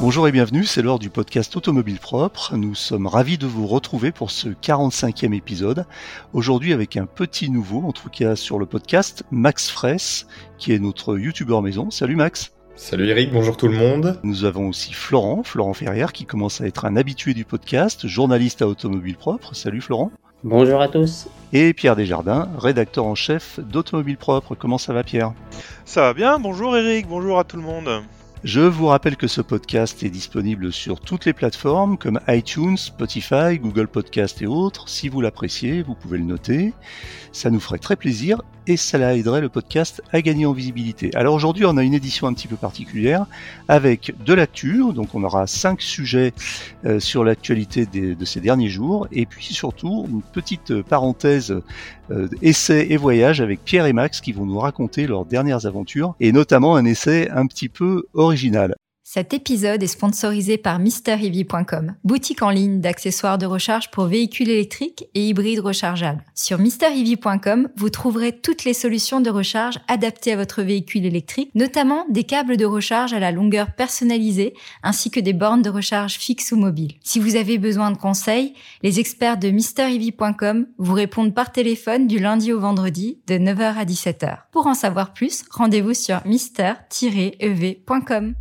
Bonjour et bienvenue, c'est l'heure du podcast Automobile Propre. Nous sommes ravis de vous retrouver pour ce 45e épisode. Aujourd'hui avec un petit nouveau, en tout cas sur le podcast, Max Fraisse, qui est notre youtubeur maison. Salut Max. Salut Eric, bonjour tout le monde. Nous avons aussi Florent Ferrière, qui commence à être un habitué du podcast, journaliste à Automobile Propre. Salut Florent. Bonjour à tous. Et Pierre Desjardins, rédacteur en chef d'Automobile Propre. Comment ça va Pierre ? Ça va bien, bonjour Eric, bonjour à tout le monde. Je vous rappelle que ce podcast est disponible sur toutes les plateformes comme iTunes, Spotify, Google Podcast et autres. Si vous l'appréciez, vous pouvez le noter. Ça nous ferait très plaisir et ça aiderait le podcast à gagner en visibilité. Alors aujourd'hui, on a une édition un petit peu particulière avec de l'actu. Donc on aura 5 sujets sur l'actualité de ces derniers jours. Et puis surtout, une petite parenthèse essais et voyages avec Pierre et Max qui vont nous raconter leurs dernières aventures et notamment un essai un petit peu original. Cet épisode est sponsorisé par MrEV.com, boutique en ligne d'accessoires de recharge pour véhicules électriques et hybrides rechargeables. Sur MrEV.com, vous trouverez toutes les solutions de recharge adaptées à votre véhicule électrique, notamment des câbles de recharge à la longueur personnalisée, ainsi que des bornes de recharge fixes ou mobiles. Si vous avez besoin de conseils, les experts de MrEV.com vous répondent par téléphone du lundi au vendredi de 9h à 17h. Pour en savoir plus, rendez-vous sur mr-ev.com.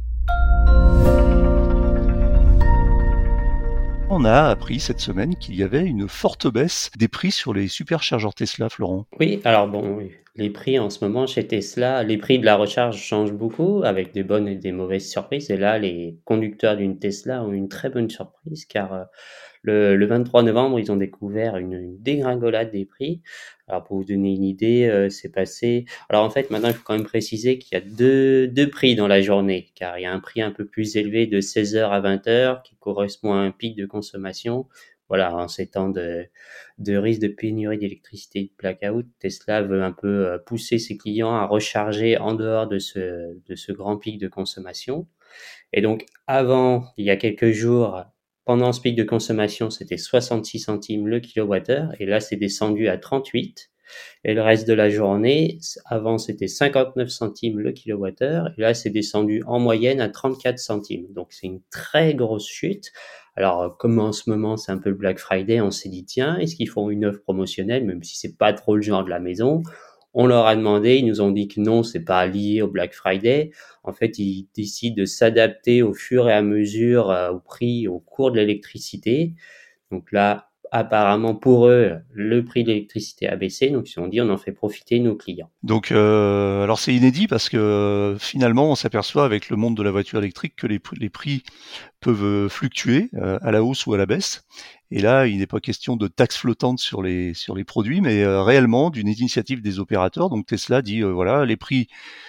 On a appris cette semaine qu'il y avait une forte baisse des prix sur les superchargeurs Tesla, Florent. Oui, alors bon, les prix en ce moment chez Tesla, les prix de la recharge changent beaucoup avec des bonnes et des mauvaises surprises. Et là, les conducteurs d'une Tesla ont une très bonne surprise car le 23 novembre, ils ont découvert une dégringolade des prix. Alors pour vous donner une idée, c'est passé... Alors en fait, maintenant, il faut quand même préciser qu'il y a deux prix dans la journée, car il y a un prix un peu plus élevé de 16h à 20h qui correspond à un pic de consommation. Voilà, en ces temps de risque de pénurie d'électricité et de blackout, Tesla veut un peu pousser ses clients à recharger en dehors de ce grand pic de consommation. Et donc avant, il y a quelques jours, pendant ce pic de consommation, c'était 66 centimes le kilowattheure et là, c'est descendu à 38. Et le reste de la journée, avant, c'était 59 centimes le kilowattheure et là, c'est descendu en moyenne à 34 centimes. Donc, c'est une très grosse chute. Alors, comme en ce moment, c'est un peu le Black Friday, on s'est dit, tiens, est-ce qu'ils font une offre promotionnelle, même si c'est pas trop le genre de la maison? On leur a demandé, ils nous ont dit que non, c'est pas lié au Black Friday. En fait, ils décident de s'adapter au fur et à mesure au prix, au cours de l'électricité. Donc là, apparemment pour eux, le prix de l'électricité a baissé. Donc ils se sont dit, on en fait profiter nos clients. Donc, alors c'est inédit parce que finalement, on s'aperçoit avec le monde de la voiture électrique que les prix peuvent fluctuer à la hausse ou à la baisse. Et là, il n'est pas question de taxes flottantes sur les produits, mais réellement d'une initiative des opérateurs. Donc Tesla dit voilà, les prix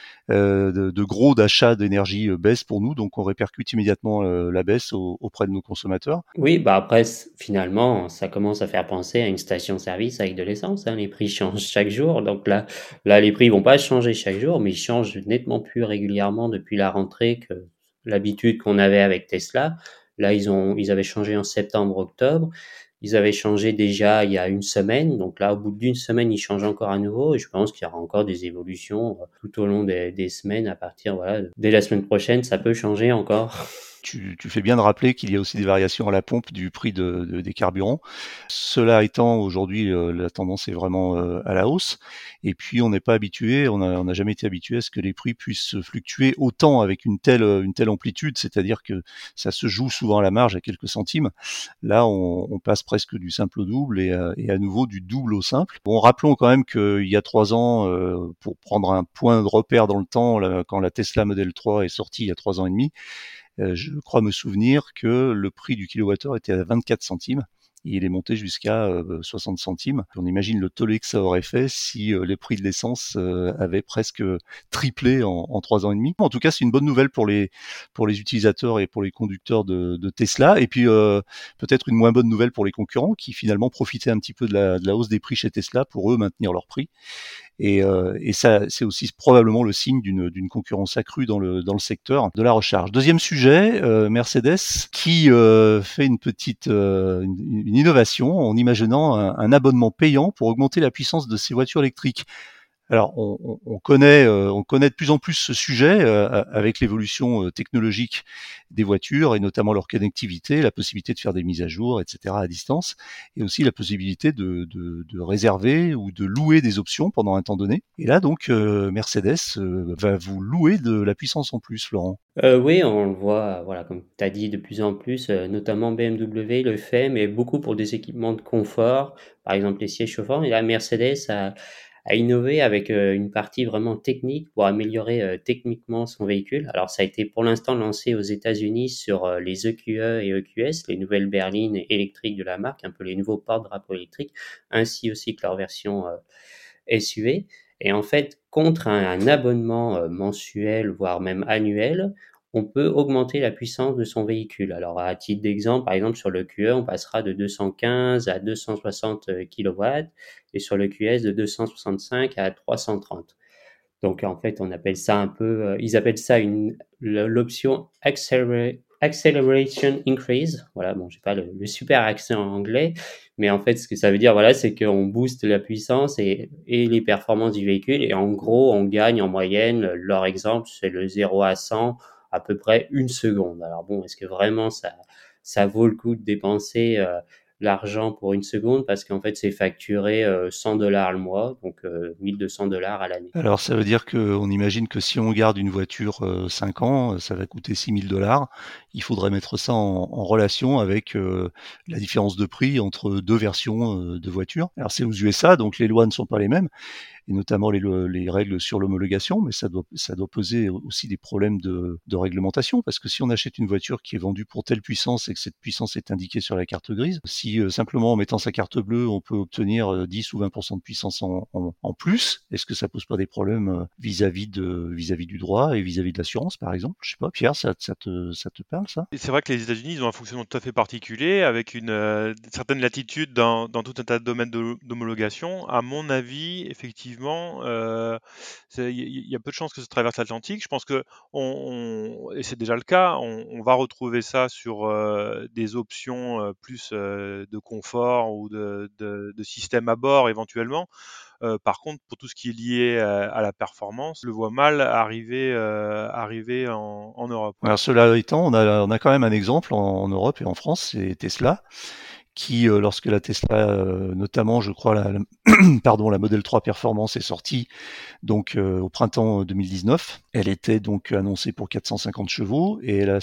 de gros d'achat d'énergie baissent pour nous, donc on répercute immédiatement la baisse auprès de nos consommateurs. Oui, bah après, finalement, ça commence à faire penser à une station-service avec de l'essence. Les prix changent chaque jour. Donc là, les prix vont pas changer chaque jour, mais ils changent nettement plus régulièrement depuis la rentrée que l'habitude qu'on avait avec Tesla. Là, ils avaient changé en septembre-octobre. Ils avaient changé déjà il y a une semaine. Donc là, au bout d'une semaine, ils changent encore à nouveau. Et je pense qu'il y aura encore des évolutions tout au long des semaines à partir, dès la semaine prochaine, ça peut changer encore. Tu fais bien de rappeler qu'il y a aussi des variations à la pompe du prix des carburants. Cela étant, aujourd'hui, la tendance est vraiment à la hausse. Et puis, on n'est pas habitué, on n'a jamais été habitué à ce que les prix puissent fluctuer autant avec une telle amplitude. C'est-à-dire que ça se joue souvent à la marge à quelques centimes. Là, on passe presque du simple au double et à nouveau du double au simple. Bon, rappelons quand même qu'il y a 3 ans, pour prendre un point de repère dans le temps, quand la Tesla Model 3 est sortie il y a 3 ans et demi, je crois me souvenir que le prix du kilowattheure était à 24 centimes. Et il est monté jusqu'à 60 centimes. On imagine le tollé que ça aurait fait si les prix de l'essence avaient presque triplé en 3 ans et demi. En tout cas, c'est une bonne nouvelle pour les utilisateurs et pour les conducteurs de Tesla. Et puis peut-être une moins bonne nouvelle pour les concurrents qui finalement profitaient un petit peu de la hausse des prix chez Tesla pour eux maintenir leurs prix. Et ça, c'est aussi probablement le signe d'une concurrence accrue dans le secteur de la recharge. Deuxième sujet, Mercedes qui fait une petite une innovation en imaginant un abonnement payant pour augmenter la puissance de ses voitures électriques. Alors, on connaît de plus en plus ce sujet avec l'évolution technologique des voitures et notamment leur connectivité, la possibilité de faire des mises à jour, etc. à distance, et aussi la possibilité de réserver ou de louer des options pendant un temps donné. Et là, donc, Mercedes va vous louer de la puissance en plus, Florent. Oui, on le voit, voilà, comme tu as dit, de plus en plus, notamment BMW le fait, mais beaucoup pour des équipements de confort, par exemple les sièges chauffants. Et là, Mercedes a innové avec une partie vraiment technique pour améliorer techniquement son véhicule. Alors, ça a été pour l'instant lancé aux États-Unis sur les EQE et EQS, les nouvelles berlines électriques de la marque, un peu les nouveaux porte-drapeaux électriques, ainsi aussi que leur version SUV. Et en fait, contre un abonnement mensuel, voire même annuel, on peut augmenter la puissance de son véhicule. Alors, à titre d'exemple, par exemple, sur le QE, on passera de 215 à 260 kW et sur le QS de 265 à 330. Donc, en fait, on appelle ça un peu, ils appellent ça l'option Acceleration Increase. Voilà, bon, j'ai pas le super accent en anglais, mais en fait, ce que ça veut dire, voilà, c'est qu'on booste la puissance et les performances du véhicule. Et en gros, on gagne en moyenne, leur exemple, c'est le 0 à 100 à peu près une seconde. Alors bon, est-ce que vraiment ça vaut le coup de dépenser l'argent pour une seconde parce qu'en fait, c'est facturé $100 le mois, donc $1 200 à l'année. Alors, ça veut dire qu'on imagine que si on garde une voiture 5 ans, ça va coûter $6 000. Il faudrait mettre ça en relation avec la différence de prix entre deux versions de voitures. Alors, c'est aux USA, donc les lois ne sont pas les mêmes, et notamment les règles sur l'homologation, mais ça doit poser aussi des problèmes de réglementation, parce que si on achète une voiture qui est vendue pour telle puissance et que cette puissance est indiquée sur la carte grise, si simplement en mettant sa carte bleue, on peut obtenir 10 ou 20% de puissance en plus, est-ce que ça pose pas des problèmes vis-à-vis du droit et vis-à-vis de l'assurance, par exemple? Je sais pas, Pierre, ça te parle, ça? Et c'est vrai que les États-Unis, ils ont un fonctionnement tout à fait particulier, avec une certaine latitude dans tout un tas de domaines d'homologation. À mon avis, effectivement, il y a peu de chances que ça traverse l'Atlantique. Je pense que, et c'est déjà le cas, on va retrouver ça sur des options plus de confort ou de système à bord éventuellement. Par contre, pour tout ce qui est lié à la performance, je le vois mal arriver en Europe. Alors cela étant, on a quand même un exemple en Europe et en France, c'est Tesla, qui, lorsque la Tesla, notamment, je crois, pardon, la Model 3 Performance est sortie, donc au printemps 2019. Elle était donc annoncée pour 450 chevaux et elle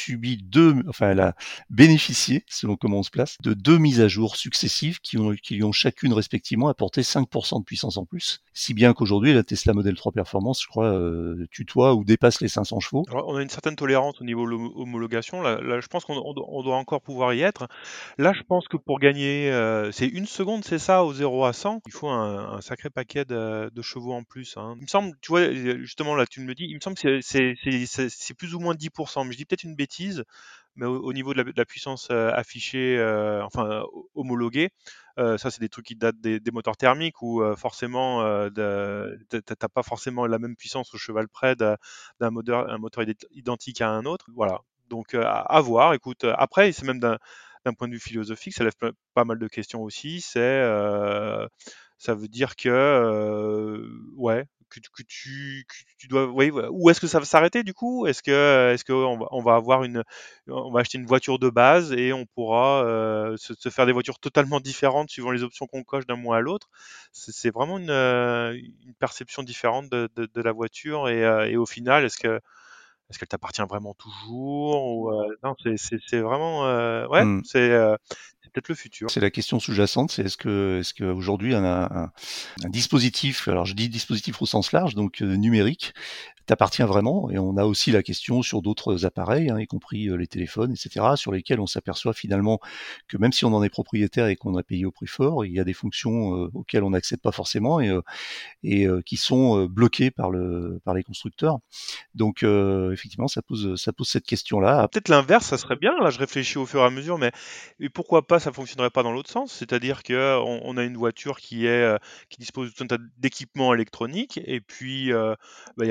a bénéficié, selon comment on se place, de 2 mises à jour successives qui lui ont chacune respectivement apporté 5% de puissance en plus. Si bien qu'aujourd'hui, la Tesla Model 3 Performance, je crois, tutoie ou dépasse les 500 chevaux. Alors, on a une certaine tolérance au niveau de l'homologation. Là, je pense on doit encore pouvoir y être. Là, je pense que pour gagner, c'est une seconde, c'est ça, au 0 à 100, il faut un sacré paquet de chevaux en plus, hein. Il me semble, tu vois, justement, là, tu me le dis, il me semble que c'est plus ou moins 10%, mais je dis peut-être une bêtise, mais au niveau de la puissance affichée, enfin homologuée, ça c'est des trucs qui datent des moteurs thermiques où forcément t'as pas forcément la même puissance au cheval près d'un moteur identique à un autre. Voilà. Donc à voir. Écoute, après c'est même d'un point de vue philosophique, ça lève pas mal de questions aussi. Ça veut dire que ouais, que tu dois, oui, où est-ce que ça va s'arrêter du coup? Est-ce que on va avoir on va acheter une voiture de base et on pourra se faire des voitures totalement différentes suivant les options qu'on coche d'un mois à l'autre? C'est vraiment une perception différente de la voiture et au final, est-ce qu'elle t'appartient vraiment toujours ou non, c'est vraiment ouais, Hmm. c'est peut-être le futur. C'est la question sous-jacente, c'est est-ce qu'aujourd'hui un dispositif, alors je dis dispositif au sens large, donc numérique, t'appartient vraiment. Et on a aussi la question sur d'autres appareils, hein, y compris les téléphones, etc., sur lesquels on s'aperçoit finalement que même si on en est propriétaire et qu'on a payé au prix fort, il y a des fonctions auxquelles on n'accède pas forcément et qui sont bloquées par les constructeurs. Donc effectivement, ça pose cette question-là. Peut-être l'inverse, ça serait bien. Là, je réfléchis au fur et à mesure, mais et pourquoi pas ça fonctionnerait pas dans l'autre sens? C'est-à-dire que on a une voiture qui dispose de tout un tas d'équipements électroniques et puis, bah, il y en a peut-être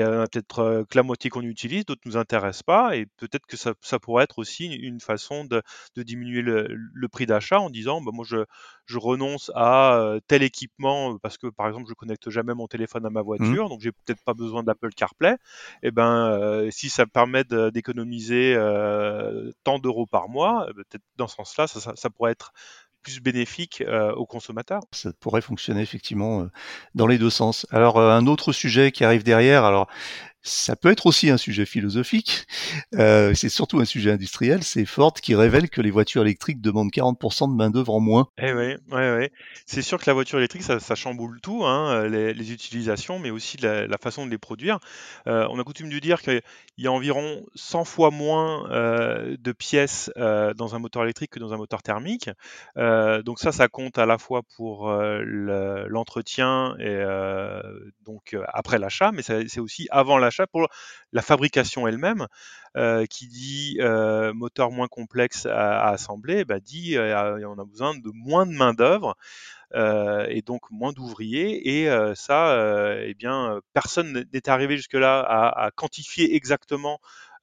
peut-être que la moitié qu'on utilise, d'autres nous intéressent pas, et peut-être que ça pourrait être aussi une façon de diminuer le prix d'achat en disant, bah, moi je renonce à tel équipement parce que par exemple je connecte jamais mon téléphone à ma voiture, donc j'ai peut-être pas besoin d'Apple CarPlay. Et ben si ça permet d'économiser tant d'euros par mois, peut-être dans ce sens-là, ça pourrait être plus bénéfique aux consommateurs. Ça pourrait fonctionner effectivement dans les deux sens. Alors un autre sujet qui arrive derrière, alors ça peut être aussi un sujet philosophique, c'est surtout un sujet industriel, c'est Ford qui révèle que les voitures électriques demandent 40% de main-d'œuvre en moins. Eh oui, ouais, ouais. C'est sûr que la voiture électrique, ça chamboule tout, hein, les utilisations, mais aussi la façon de les produire. On a coutume de dire qu'il y a environ 100 fois moins de pièces dans un moteur électrique que dans un moteur thermique. Donc ça compte à la fois pour l'entretien et donc après l'achat, mais c'est aussi avant l'achat pour la fabrication elle-même. Qui dit moteur moins complexe à assembler, bah dit on a besoin de moins de main-d'œuvre et donc moins d'ouvriers. Et ça, eh bien, personne n'est arrivé jusque-là à quantifier exactement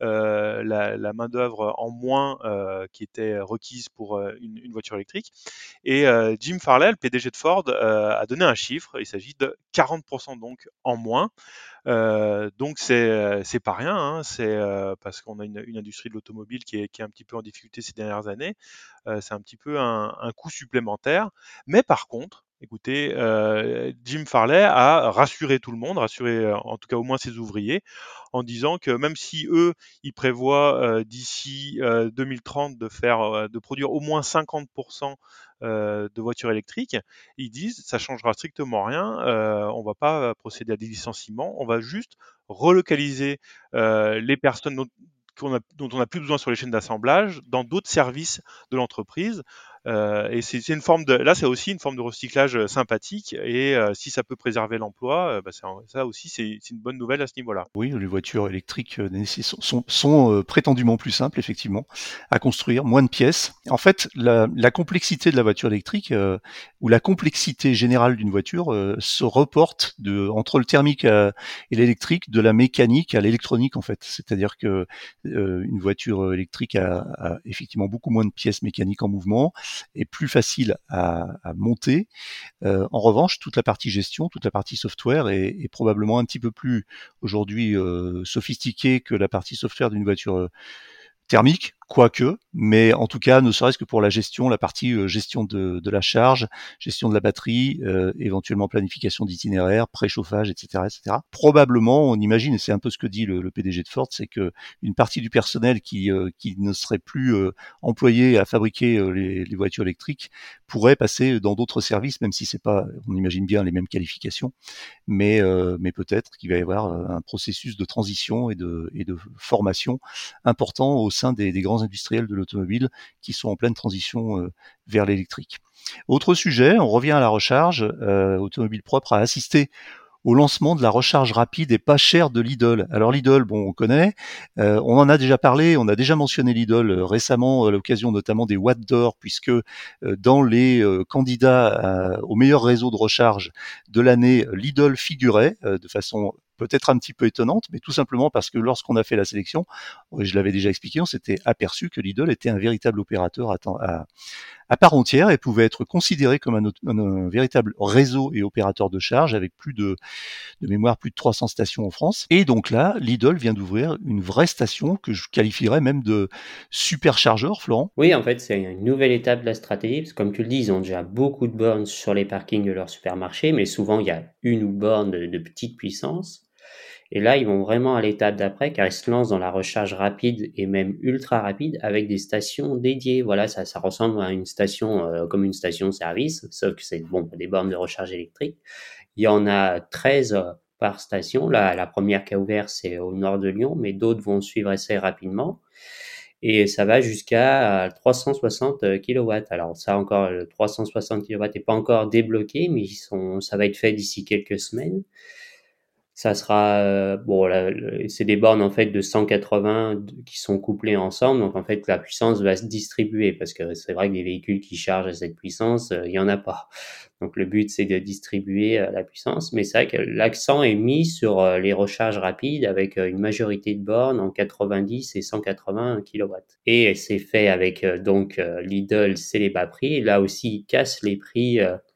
la main-d'œuvre en moins qui était requise pour une voiture électrique. Et Jim Farley, le PDG de Ford, a donné un chiffre. Il s'agit de 40% donc en moins. Donc c'est pas rien, hein, c'est parce qu'on a une industrie de l'automobile qui est un petit peu en difficulté ces dernières années. C'est un petit peu un coût supplémentaire. Mais par contre, écoutez, Jim Farley a rassuré tout le monde, rassuré en tout cas au moins ses ouvriers, en disant que même si eux, ils prévoient d'ici 2030 de produire au moins 50% de voitures électriques, ils disent ça changera strictement rien, on va pas procéder à des licenciements, on va juste relocaliser les personnes dont on n'a plus besoin sur les chaînes d'assemblage dans d'autres services de l'entreprise. Et c'est une forme là c'est aussi une forme de recyclage sympathique, et si ça peut préserver l'emploi, bah, ça aussi c'est une bonne nouvelle à ce niveau-là. Oui, les voitures électriques sont prétendument plus simples, effectivement, à construire, moins de pièces. En fait, la complexité de la voiture électrique ou la complexité générale d'une voiture se reporte entre le thermique et l'électrique, de la mécanique à l'électronique, en fait. C'est-à-dire que une voiture électrique a effectivement beaucoup moins de pièces mécaniques en mouvement, est plus facile à monter. En revanche, toute la partie gestion, toute la partie software est probablement un petit peu plus aujourd'hui sophistiquée que la partie software d'une voiture thermique, quoique, mais en tout cas, ne serait-ce que pour la gestion, la partie gestion de la charge, gestion de la batterie, éventuellement planification d'itinéraire, préchauffage, etc., etc. Probablement, on imagine, et c'est un peu ce que dit le PDG de Ford, c'est que une partie du personnel qui ne serait plus employé à fabriquer les voitures électriques pourrait passer dans d'autres services, même si c'est pas, on imagine bien, les mêmes qualifications, mais peut-être qu'il va y avoir un processus de transition et de formation important au sein des grands industriels de l'automobile qui sont en pleine transition vers l'électrique. Autre sujet, on revient à la recharge. Automobile Propre a assisté au lancement de la recharge rapide et pas chère de Lidl. Alors Lidl, bon, on connaît, on en a déjà parlé, on a déjà mentionné Lidl récemment à l'occasion notamment des Watt d'Or, puisque dans les candidats au meilleur réseau de recharge de l'année, Lidl figurait de façon peut-être un petit peu étonnante, mais tout simplement parce que lorsqu'on a fait la sélection, je l'avais déjà expliqué, on s'était aperçu que Lidl était un véritable opérateur à part entière et pouvait être considéré comme un véritable réseau et opérateur de charge avec plus de mémoire, plus de 300 stations en France. Et donc là, Lidl vient d'ouvrir une vraie station que je qualifierais même de superchargeur, Florent. Oui, en fait, c'est une nouvelle étape de la stratégie, parce que comme tu le dis, ils ont déjà beaucoup de bornes sur les parkings de leur supermarché, mais souvent il y a une ou borne de petite puissance. Et là, ils vont vraiment à l'étape d'après, car ils se lancent dans la recharge rapide et même ultra rapide avec des stations dédiées. Voilà, ça ressemble à une station comme une station-service, sauf que c'est des bornes de recharge électrique. Il y en a 13 par station. La première qui a ouvert, c'est au nord de Lyon, mais d'autres vont suivre assez rapidement. Et ça va jusqu'à 360 kW. Alors ça encore, le 360 kW n'est pas encore débloqué, mais ça va être fait d'ici quelques semaines. Ça sera bon, c'est des bornes en fait de 180 qui sont couplées ensemble, donc en fait la puissance va se distribuer parce que c'est vrai que des véhicules qui chargent à cette puissance, il y en a pas. Donc le but c'est de distribuer la puissance, mais c'est vrai que l'accent est mis sur les recharges rapides avec une majorité de bornes en 90 et 180 kW. Et c'est fait avec Lidl, c'est les bas prix. Là aussi, ils cassent les prix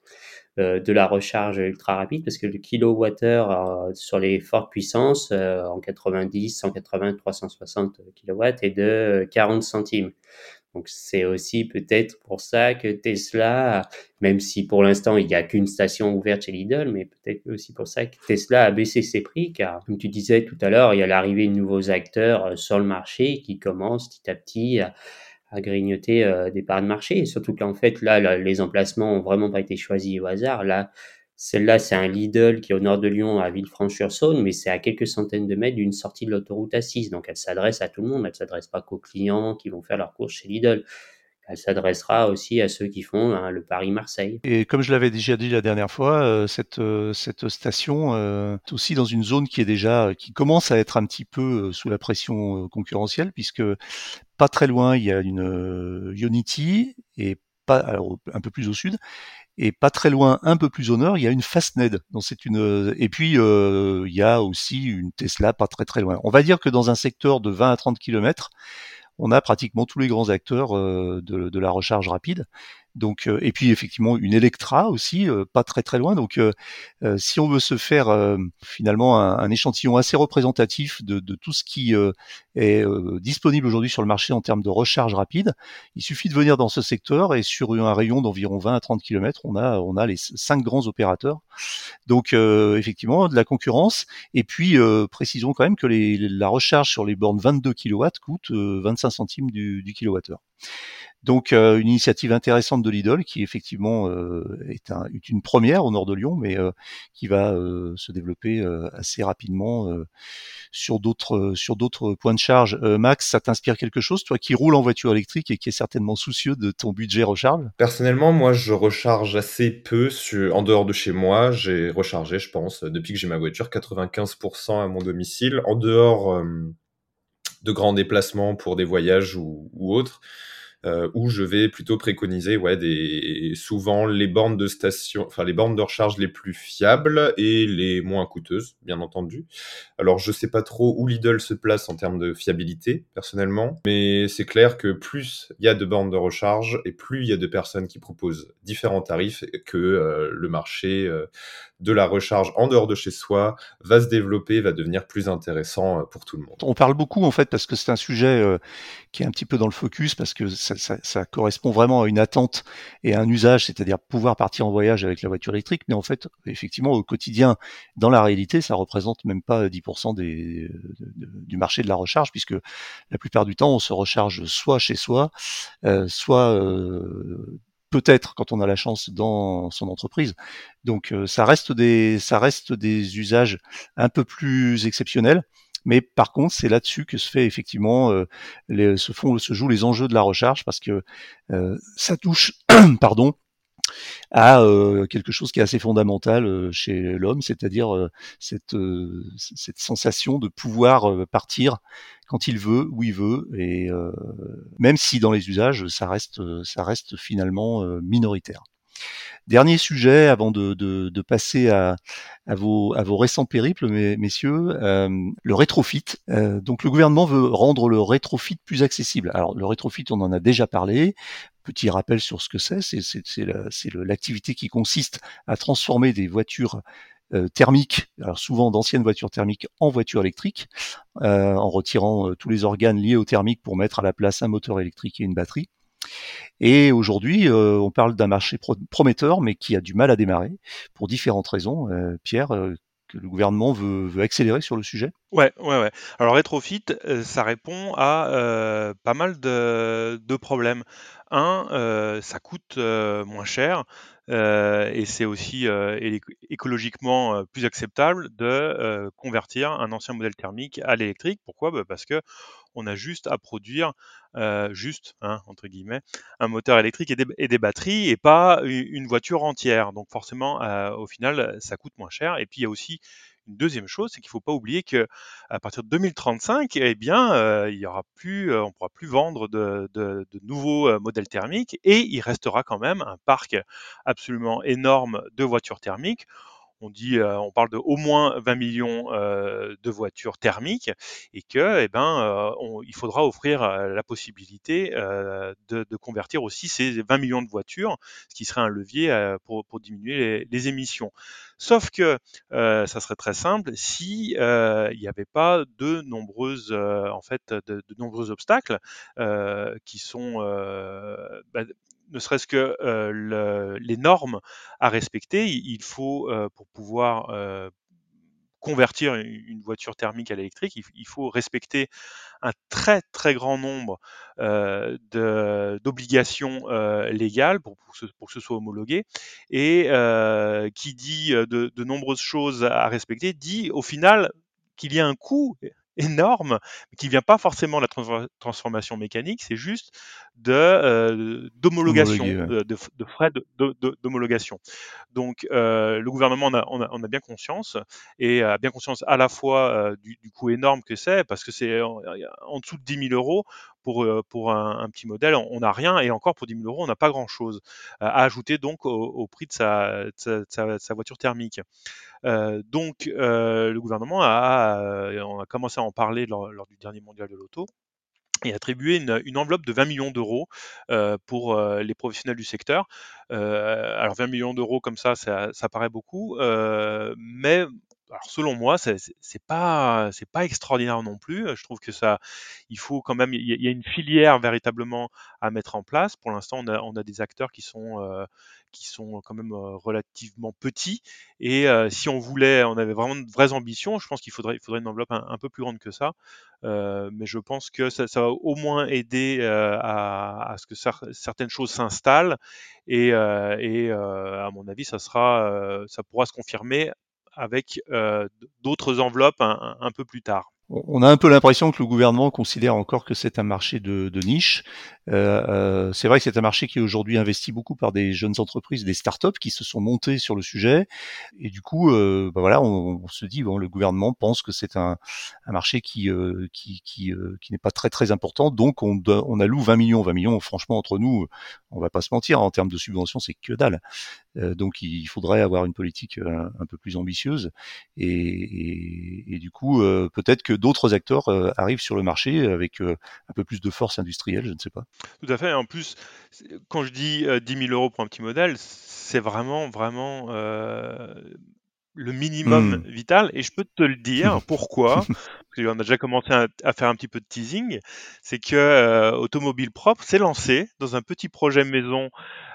de la recharge ultra rapide parce que le kilowattheure sur les fortes puissances en 90, 180, 360 kW est de 40 centimes. Donc c'est aussi peut-être pour ça que Tesla, même si pour l'instant il n'y a qu'une station ouverte chez Lidl, mais peut-être aussi pour ça que Tesla a baissé ses prix, car comme tu disais tout à l'heure, il y a l'arrivée de nouveaux acteurs sur le marché qui commencent petit à petit à grignoter des parts de marché. Et surtout qu'en fait, là, les emplacements ont vraiment pas été choisis au hasard. Là, celle-là, c'est un Lidl qui est au nord de Lyon, à Villefranche-sur-Saône, mais c'est à quelques centaines de mètres d'une sortie de l'autoroute A6. Donc, elle s'adresse à tout le monde. Elle ne s'adresse pas qu'aux clients qui vont faire leurs courses chez Lidl. Elle s'adressera aussi à ceux qui font le Paris-Marseille. Et comme je l'avais déjà dit la dernière fois, cette station est aussi dans une zone qui commence à être un petit peu sous la pression concurrentielle, puisque pas très loin il y a une Ionity et alors un peu plus au sud, et pas très loin, un peu plus au nord, il y a une Fastned. Donc et puis il y a aussi une Tesla pas très très loin. On va dire que dans un secteur de 20 à 30 km, on a pratiquement tous les grands acteurs de la recharge rapide. Donc, et puis effectivement une Electra aussi, pas très très loin. Donc, si on veut se faire finalement un échantillon assez représentatif de tout ce qui est disponible aujourd'hui sur le marché en termes de recharge rapide, il suffit de venir dans ce secteur et sur un rayon d'environ 20 à 30 km, on a les 5 grands opérateurs. Donc effectivement de la concurrence. Et puis précisons quand même que la recharge sur les bornes 22 kW coûte 25 centimes du kilowattheure. Donc une initiative intéressante de Lidl qui effectivement est une première au nord de Lyon, mais qui va se développer assez rapidement sur d'autres points de charge. Max, ça t'inspire quelque chose, toi qui roules en voiture électrique et qui est certainement soucieux de ton budget recharge? Personnellement, moi, je recharge assez peu en dehors de chez moi. J'ai rechargé, je pense, depuis que j'ai ma voiture, 95% à mon domicile. En dehors de grands déplacements pour des voyages ou autres, où je vais plutôt préconiser souvent les bornes de station, enfin les bornes de recharge les plus fiables et les moins coûteuses, bien entendu. Alors je sais pas trop où Lidl se place en termes de fiabilité, personnellement, mais c'est clair que plus il y a de bornes de recharge et plus il y a de personnes qui proposent différents tarifs, que le marché de la recharge en dehors de chez soi va se développer, va devenir plus intéressant pour tout le monde. On parle beaucoup en fait parce que c'est un sujet qui est un petit peu dans le focus parce que ça correspond vraiment à une attente et à un usage, c'est-à-dire pouvoir partir en voyage avec la voiture électrique. Mais en fait, effectivement, au quotidien, dans la réalité, ça représente même pas 10% du marché de la recharge, puisque la plupart du temps, on se recharge soit chez soi, soit peut-être quand on a la chance dans son entreprise. Donc ça reste des usages un peu plus exceptionnels. Mais par contre, c'est là-dessus que se fait effectivement se jouent les enjeux de la recharge parce que ça touche, pardon, à quelque chose qui est assez fondamental chez l'homme, c'est-à-dire cette sensation de pouvoir partir quand il veut, où il veut, et même si dans les usages ça reste finalement minoritaire. Dernier sujet avant de passer à vos récents périples, messieurs, le rétrofit. Donc le gouvernement veut rendre le rétrofit plus accessible. Alors le rétrofit, on en a déjà parlé. Petit rappel sur ce que c'est l'activité qui consiste à transformer des voitures thermiques, alors souvent d'anciennes voitures thermiques, en voitures électriques, en retirant tous les organes liés au thermique pour mettre à la place un moteur électrique et une batterie. Et aujourd'hui, on parle d'un marché prometteur, mais qui a du mal à démarrer pour différentes raisons. Pierre, que le gouvernement veut accélérer sur le sujet? Ouais. Alors rétrofit, ça répond à pas mal de problèmes. Ça coûte moins cher, et c'est aussi écologiquement plus acceptable de convertir un ancien modèle thermique à l'électrique. Pourquoi? Parce que on a juste à produire juste, hein, entre guillemets, un moteur électrique et des batteries et pas une voiture entière. Donc forcément, au final, ça coûte moins cher. Et puis il y a aussi Une deuxième chose, c'est qu'il ne faut pas oublier que à partir de 2035, eh bien, il y aura plus, on pourra plus vendre de nouveaux modèles thermiques et il restera quand même un parc absolument énorme de voitures thermiques. On parle de au moins 20 millions de voitures thermiques et que, eh ben, il faudra offrir la possibilité de convertir aussi ces 20 millions de voitures, ce qui serait un levier pour diminuer les émissions. Sauf que ça serait très simple si il n'y avait pas de nombreuses, de nombreux obstacles qui sont ne serait-ce que les normes à respecter. Il faut, pour pouvoir convertir une voiture thermique à l'électrique, il faut respecter un très très grand nombre d'obligations légales pour que ce soit homologué. Et qui dit de nombreuses choses à respecter, dit au final qu'il y a un coût énorme, qui ne vient pas forcément de la transformation mécanique, c'est juste d'homologation, de frais d'homologation. Donc le gouvernement on a bien conscience, et a bien conscience à la fois du coût énorme que c'est, parce que c'est en dessous de 10 000 euros pour un petit modèle, on n'a rien, et encore pour 10 000 euros, on n'a pas grand-chose à ajouter donc au prix de sa voiture thermique. Donc le gouvernement on a commencé à en parler lors du dernier mondial de l'auto, et attribuer une enveloppe de 20 millions d'euros pour les professionnels du secteur. Alors 20 millions d'euros comme ça paraît beaucoup, mais alors selon moi, c'est pas extraordinaire non plus. Je trouve que il faut quand même, il y a une filière véritablement à mettre en place. Pour l'instant, on a des acteurs qui sont quand même relativement petits. Et si on avait vraiment de vraies ambitions, je pense qu'il faudrait une enveloppe un peu plus grande que ça. Mais je pense que ça va au moins aider à ce que certaines choses s'installent, et à mon avis, ça pourra se confirmer avec d'autres enveloppes un peu plus tard. On a un peu l'impression que le gouvernement considère encore que c'est un marché de niche. C'est vrai que c'est un marché qui est aujourd'hui investi beaucoup par des jeunes entreprises, des startups qui se sont montées sur le sujet. Et du coup, voilà, on se dit, bon, le gouvernement pense que c'est un marché qui n'est pas très très important. Donc on alloue 20 millions. 20 millions, franchement, entre nous, on va pas se mentir, en termes de subventions, c'est que dalle. Donc il faudrait avoir une politique un peu plus ambitieuse, et du coup peut-être que d'autres acteurs arrivent sur le marché avec un peu plus de force industrielle, je ne sais pas. Tout à fait. En plus, quand je dis 10 000 euros pour un petit modèle, c'est vraiment vraiment le minimum vital, et je peux te le dire pourquoi. Parce qu'on a déjà commencé à faire un petit peu de teasing. C'est que Automobile Propre s'est lancé dans un petit projet maison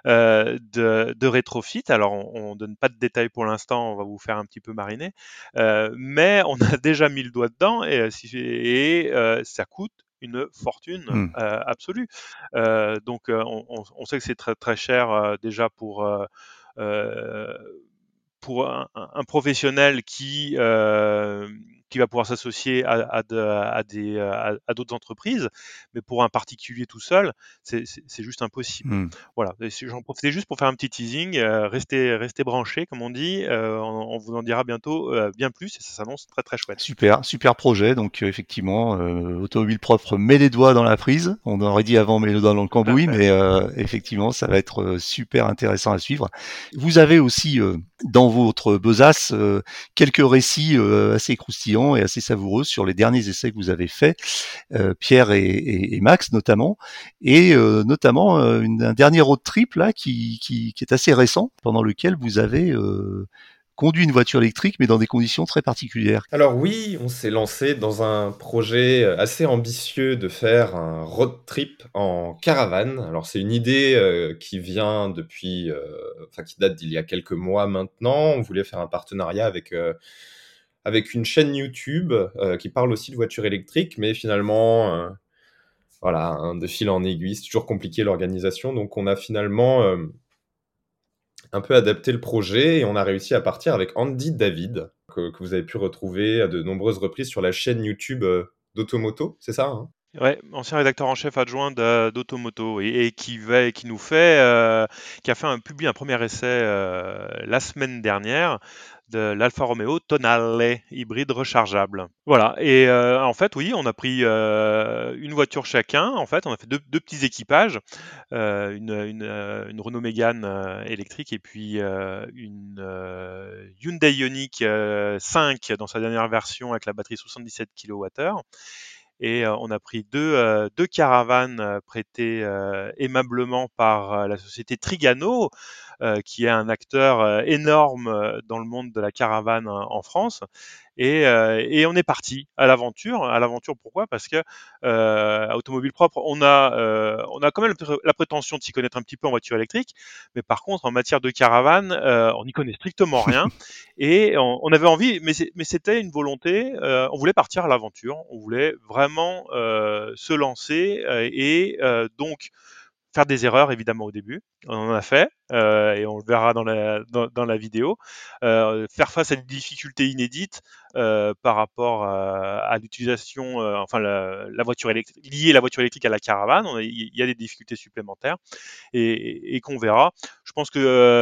de rétrofit. Alors on donne pas de détails pour l'instant, on va vous faire un petit peu mariner, mais on a déjà mis le doigt dedans, et ça coûte une fortune absolue. Donc on sait que c'est très très cher déjà pour un professionnel qui va pouvoir s'associer à d'autres entreprises, mais pour un particulier tout seul, c'est juste impossible. Voilà, j'en profitais juste pour faire un petit teasing. Restez branchés, comme on dit. On vous en dira bientôt bien plus, et ça s'annonce très très chouette. Super projet. Donc effectivement, Automobile Propre met les doigts dans la prise. On aurait dit avant met les doigts dans le cambouis, mais effectivement, ça va être super intéressant à suivre. Vous avez aussi dans votre besace quelques récits assez croustillants et assez savoureux sur les derniers essais que vous avez faits, Pierre et Max notamment, et notamment un dernier road trip là qui est assez récent, pendant lequel vous avez conduit une voiture électrique, mais dans des conditions très particulières. Alors oui, on s'est lancé dans un projet assez ambitieux de faire un road trip en caravane. Alors c'est une idée qui vient depuis, qui date d'il y a quelques mois maintenant. On voulait faire un partenariat avec une chaîne YouTube qui parle aussi de voitures électriques, mais finalement, de fil en aiguille, c'est toujours compliqué l'organisation. Donc on a finalement un peu adapté le projet, et on a réussi à partir avec Andy David, que vous avez pu retrouver à de nombreuses reprises sur la chaîne YouTube d'Automoto, c'est ça, hein ? Ouais, ancien rédacteur en chef adjoint d'Automoto et qui a publié un premier essai la semaine dernière de l'Alfa Romeo Tonale hybride rechargeable. Voilà. Et en fait, oui, on a pris une voiture chacun. En fait, on a fait deux petits équipages, une Renault Mégane électrique et puis une Hyundai Ioniq 5 dans sa dernière version avec la batterie 77 kWh. Et on a pris deux caravanes prêtées aimablement par la société Trigano, qui est un acteur énorme dans le monde de la caravane en France. Et on est parti à l'aventure. À l'aventure, pourquoi? Parce que à Automobile Propre, on a quand même la prétention de s'y connaître un petit peu en voiture électrique, mais par contre, en matière de caravane, on n'y connaît strictement rien. Et on avait envie, mais c'était une volonté. On voulait partir à l'aventure. On voulait vraiment se lancer donc faire des erreurs évidemment au début. On en a fait et on le verra dans la vidéo. Faire face à des difficultés inédites par rapport à l'utilisation, la voiture électrique, lier la voiture électrique à la caravane. Il y a des difficultés supplémentaires et qu'on verra. Je pense que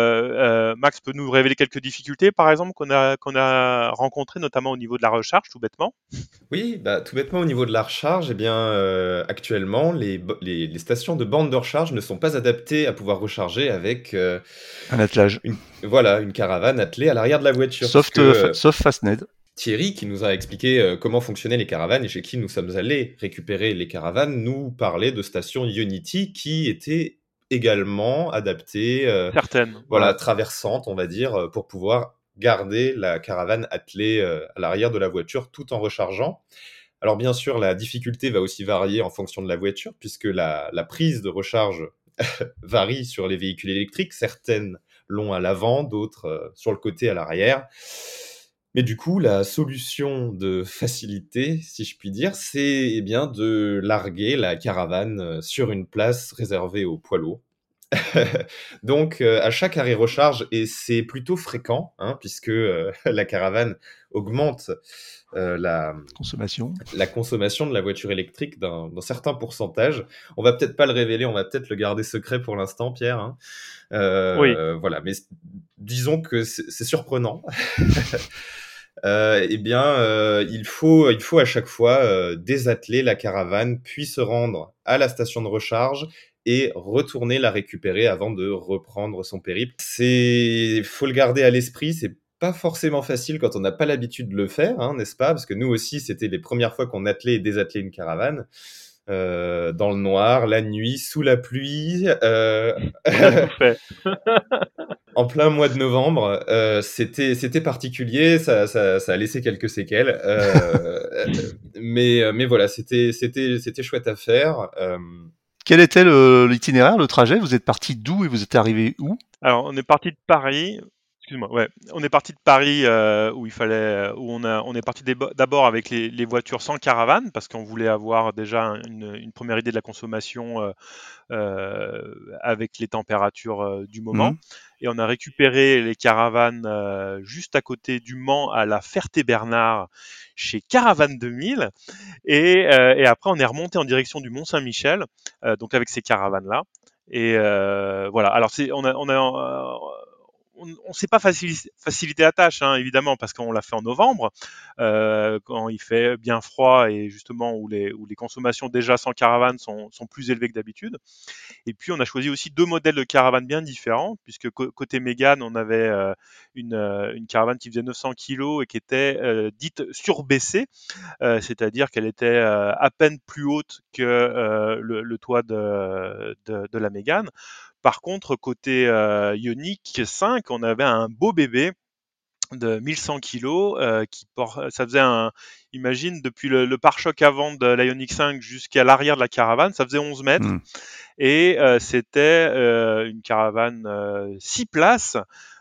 Max peut nous révéler quelques difficultés, par exemple, qu'on a rencontrées, notamment au niveau de la recharge, tout bêtement. Oui, bah, tout bêtement au niveau de la recharge, eh bien, actuellement, les stations de bornes de recharge ne sont pas adaptées à pouvoir recharger avec Un attelage. une caravane attelée à l'arrière de la voiture. Sauf Fastned. Thierry, qui nous a expliqué comment fonctionnaient les caravanes et chez qui nous sommes allés récupérer les caravanes, nous parlait de stations Ionity qui étaient également adaptées, Certaines. traversantes, on va dire, pour pouvoir garder la caravane attelée à l'arrière de la voiture tout en rechargeant. Alors bien sûr, la difficulté va aussi varier en fonction de la voiture, puisque la prise de recharge varie sur les véhicules électriques. Certaines l'ont à l'avant, d'autres sur le côté à l'arrière. Mais du coup, la solution de facilité, si je puis dire, c'est bien de larguer la caravane sur une place réservée aux poids lourds. Donc, à chaque arrêt recharge, et c'est plutôt fréquent, puisque la caravane augmente la consommation de la voiture électrique d'un certain pourcentage. On va peut-être pas le révéler, on va peut-être le garder secret pour l'instant, Pierre. Oui. Voilà, mais disons que c'est surprenant. Il faut à chaque fois désatteler la caravane, puis se rendre à la station de recharge et retourner la récupérer avant de reprendre son périple. Faut le garder à l'esprit, c'est pas forcément facile quand on n'a pas l'habitude de le faire, n'est-ce pas? Parce que nous aussi, c'était les premières fois qu'on attelait et désattelait une caravane. Dans le noir, la nuit, sous la pluie. On a tout fait. En plein mois de novembre, c'était particulier, ça a laissé quelques séquelles, mais voilà, c'était chouette à faire. Quel était l'itinéraire, le trajet? Vous êtes parti d'où et vous êtes arrivé où? Alors, on est parti de Paris. Excuse-moi, ouais. On est parti de Paris on est parti d'abord avec les voitures sans caravane parce qu'on voulait avoir déjà une première idée de la consommation avec les températures du moment. Et on a récupéré les caravanes juste à côté du Mans à la Ferté-Bernard chez Caravane 2000. Et après, on est remonté en direction du Mont-Saint-Michel, donc avec ces caravanes-là. Et voilà. Alors, on s'est pas facilité la tâche, évidemment, parce qu'on l'a fait en novembre, quand il fait bien froid et justement où les consommations déjà sans caravane sont plus élevées que d'habitude. Et puis on a choisi aussi deux modèles de caravane bien différents, puisque côté Mégane, on avait une caravane qui faisait 900 kg et qui était dite surbaissée, c'est-à-dire qu'elle était à peine plus haute que le toit de la Mégane. Par contre, côté Ioniq 5, on avait un beau bébé de 1100 kg ça faisait imagine depuis le pare-choc avant de l'Ioniq 5 jusqu'à l'arrière de la caravane, ça faisait 11 mètres. Et c'était une caravane 6 places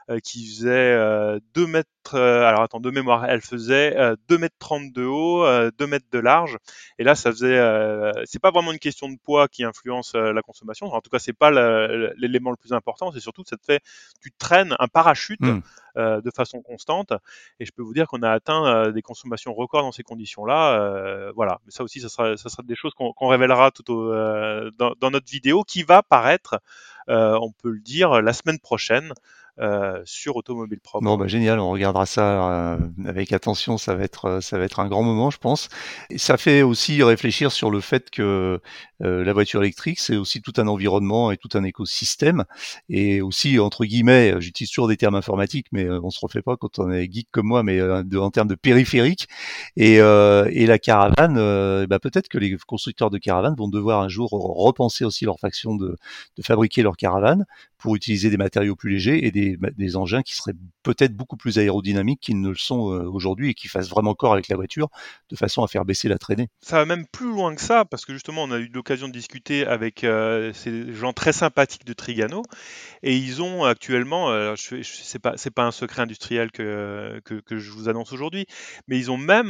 qui faisait 2 mètres, alors attends, de mémoire, elle faisait 2 mètres 30 de haut, 2 mètres de large. Et là, ça faisait, c'est pas vraiment une question de poids qui influence la consommation. En tout cas, c'est pas l'élément le plus important. C'est surtout que tu traînes un parachute de façon constante. Et je peux vous dire qu'on a atteint des consommations records dans ces conditions-là. Voilà. Mais ça aussi, ça sera des choses qu'on révélera dans notre vidéo qui va paraître, on peut le dire, la semaine prochaine. Sur Automobile Propre. Bon, génial, on regardera ça avec attention, ça va être un grand moment, je pense. Et ça fait aussi réfléchir sur le fait que la voiture électrique, c'est aussi tout un environnement et tout un écosystème. Et aussi, entre guillemets, j'utilise toujours des termes informatiques, mais on se refait pas quand on est geek comme moi, mais en termes de périphérique. Et la caravane, peut-être que les constructeurs de caravanes vont devoir un jour repenser aussi leur façon de fabriquer leur caravane pour utiliser des matériaux plus légers et des engins qui seraient peut-être beaucoup plus aérodynamiques qu'ils ne le sont aujourd'hui et qui fassent vraiment corps avec la voiture de façon à faire baisser la traînée. Ça va même plus loin que ça, parce que justement, on a eu l'occasion de discuter avec ces gens très sympathiques de Trigano, et ils ont actuellement, c'est pas un secret industriel que je vous annonce aujourd'hui, mais ils ont même,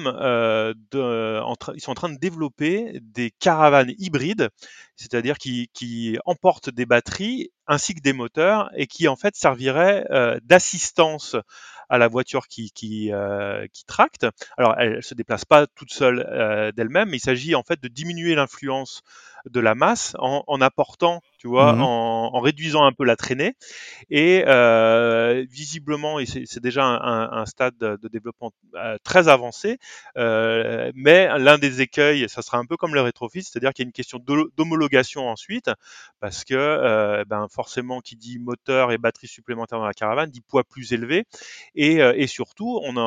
ils sont en train de développer des caravanes hybrides, c'est-à-dire qui emportent des batteries ainsi que des moteurs et qui en fait serviraient d'assistance à la voiture qui tracte. Alors, elle se déplace pas toute seule d'elle-même, mais il s'agit en fait de diminuer l'influence de la masse en apportant, tu vois, en réduisant un peu la traînée. Et visiblement, et c'est déjà un stade de développement très avancé, mais l'un des écueils, ça sera un peu comme le rétrofit, c'est-à-dire qu'il y a une question d'homologation ensuite, parce que forcément, qui dit moteur et batterie supplémentaire dans la caravane, dit poids plus élevé, et surtout, on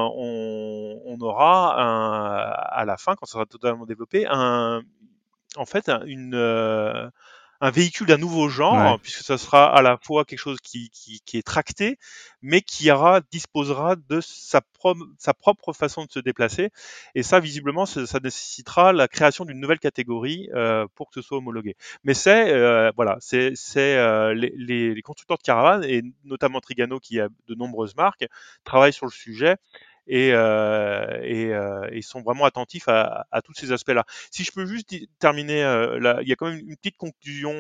aura à la fin, quand ça sera totalement développé, un véhicule d'un nouveau genre, puisque ça sera à la fois quelque chose qui est tracté, mais qui disposera de sa propre façon de se déplacer. Et ça, visiblement, ça nécessitera la création d'une nouvelle catégorie pour que ce soit homologué. Mais les constructeurs de caravanes, et notamment Trigano, qui a de nombreuses marques, travaillent sur le sujet. Et sont vraiment attentifs à tous ces aspects-là. Si je peux juste terminer, il y a quand même une petite conclusion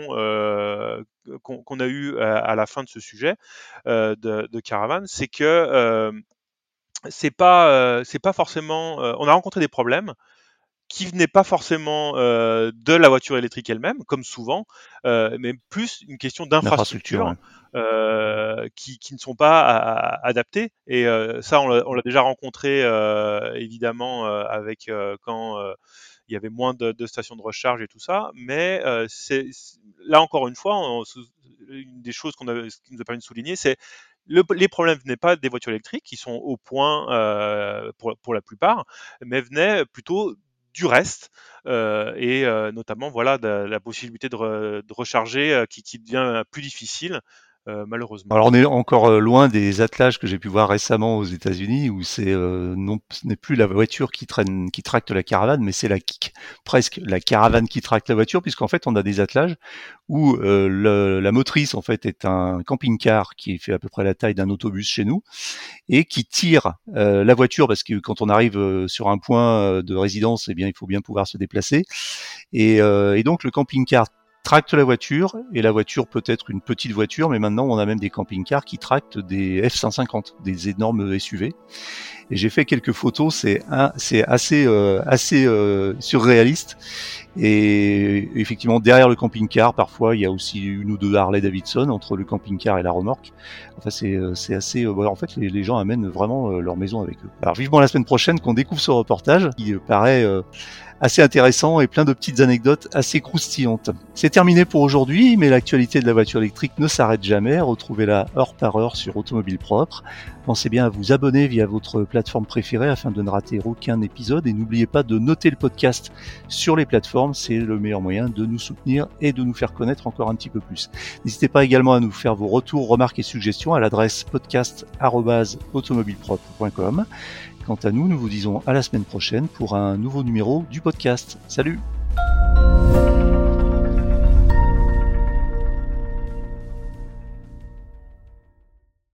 qu'on a eue à la fin de ce sujet de caravane, c'est que c'est pas forcément. On a rencontré des problèmes qui venaient pas forcément de la voiture électrique elle-même, comme souvent, mais plus une question d'infrastructure qui ne sont pas adaptées. Et ça, on l'a déjà rencontré évidemment avec quand il y avait moins de stations de recharge et tout ça. Mais là encore une fois, une des choses qui nous a permis de souligner, c'est les problèmes venaient pas des voitures électriques qui sont au point pour la plupart, mais venaient plutôt du reste et notamment de la possibilité de recharger qui devient plus difficile malheureusement. Alors on est encore loin des attelages que j'ai pu voir récemment aux États-Unis où ce n'est plus la voiture qui tracte la caravane, mais c'est presque la caravane qui tracte la voiture, puisqu'en fait on a des attelages où la motrice en fait est un camping-car qui fait à peu près la taille d'un autobus chez nous et qui tire la voiture, parce que quand on arrive sur un point de résidence, eh bien il faut bien pouvoir se déplacer, et donc le camping-car tracte la voiture, et la voiture peut être une petite voiture, mais maintenant on a même des camping-cars qui tractent des F-150, des énormes SUV. Et j'ai fait quelques photos, c'est assez surréaliste. Et effectivement, derrière le camping-car, parfois il y a aussi une ou deux Harley Davidson entre le camping-car et la remorque. Enfin, c'est assez. En fait, les gens amènent vraiment leur maison avec eux. Alors vivement la semaine prochaine qu'on découvre ce reportage qui paraît assez intéressant et plein de petites anecdotes assez croustillantes. C'est terminé pour aujourd'hui, mais l'actualité de la voiture électrique ne s'arrête jamais. Retrouvez-la heure par heure sur Automobile Propre. Pensez bien à vous abonner via votre plateforme préférée afin de ne rater aucun épisode, et n'oubliez pas de noter le podcast sur les plateformes, c'est le meilleur moyen de nous soutenir et de nous faire connaître encore un petit peu plus. N'hésitez pas également à nous faire vos retours, remarques et suggestions à l'adresse podcast@automobilepropre.com. Quant à nous, nous vous disons à la semaine prochaine pour un nouveau numéro du podcast. Salut!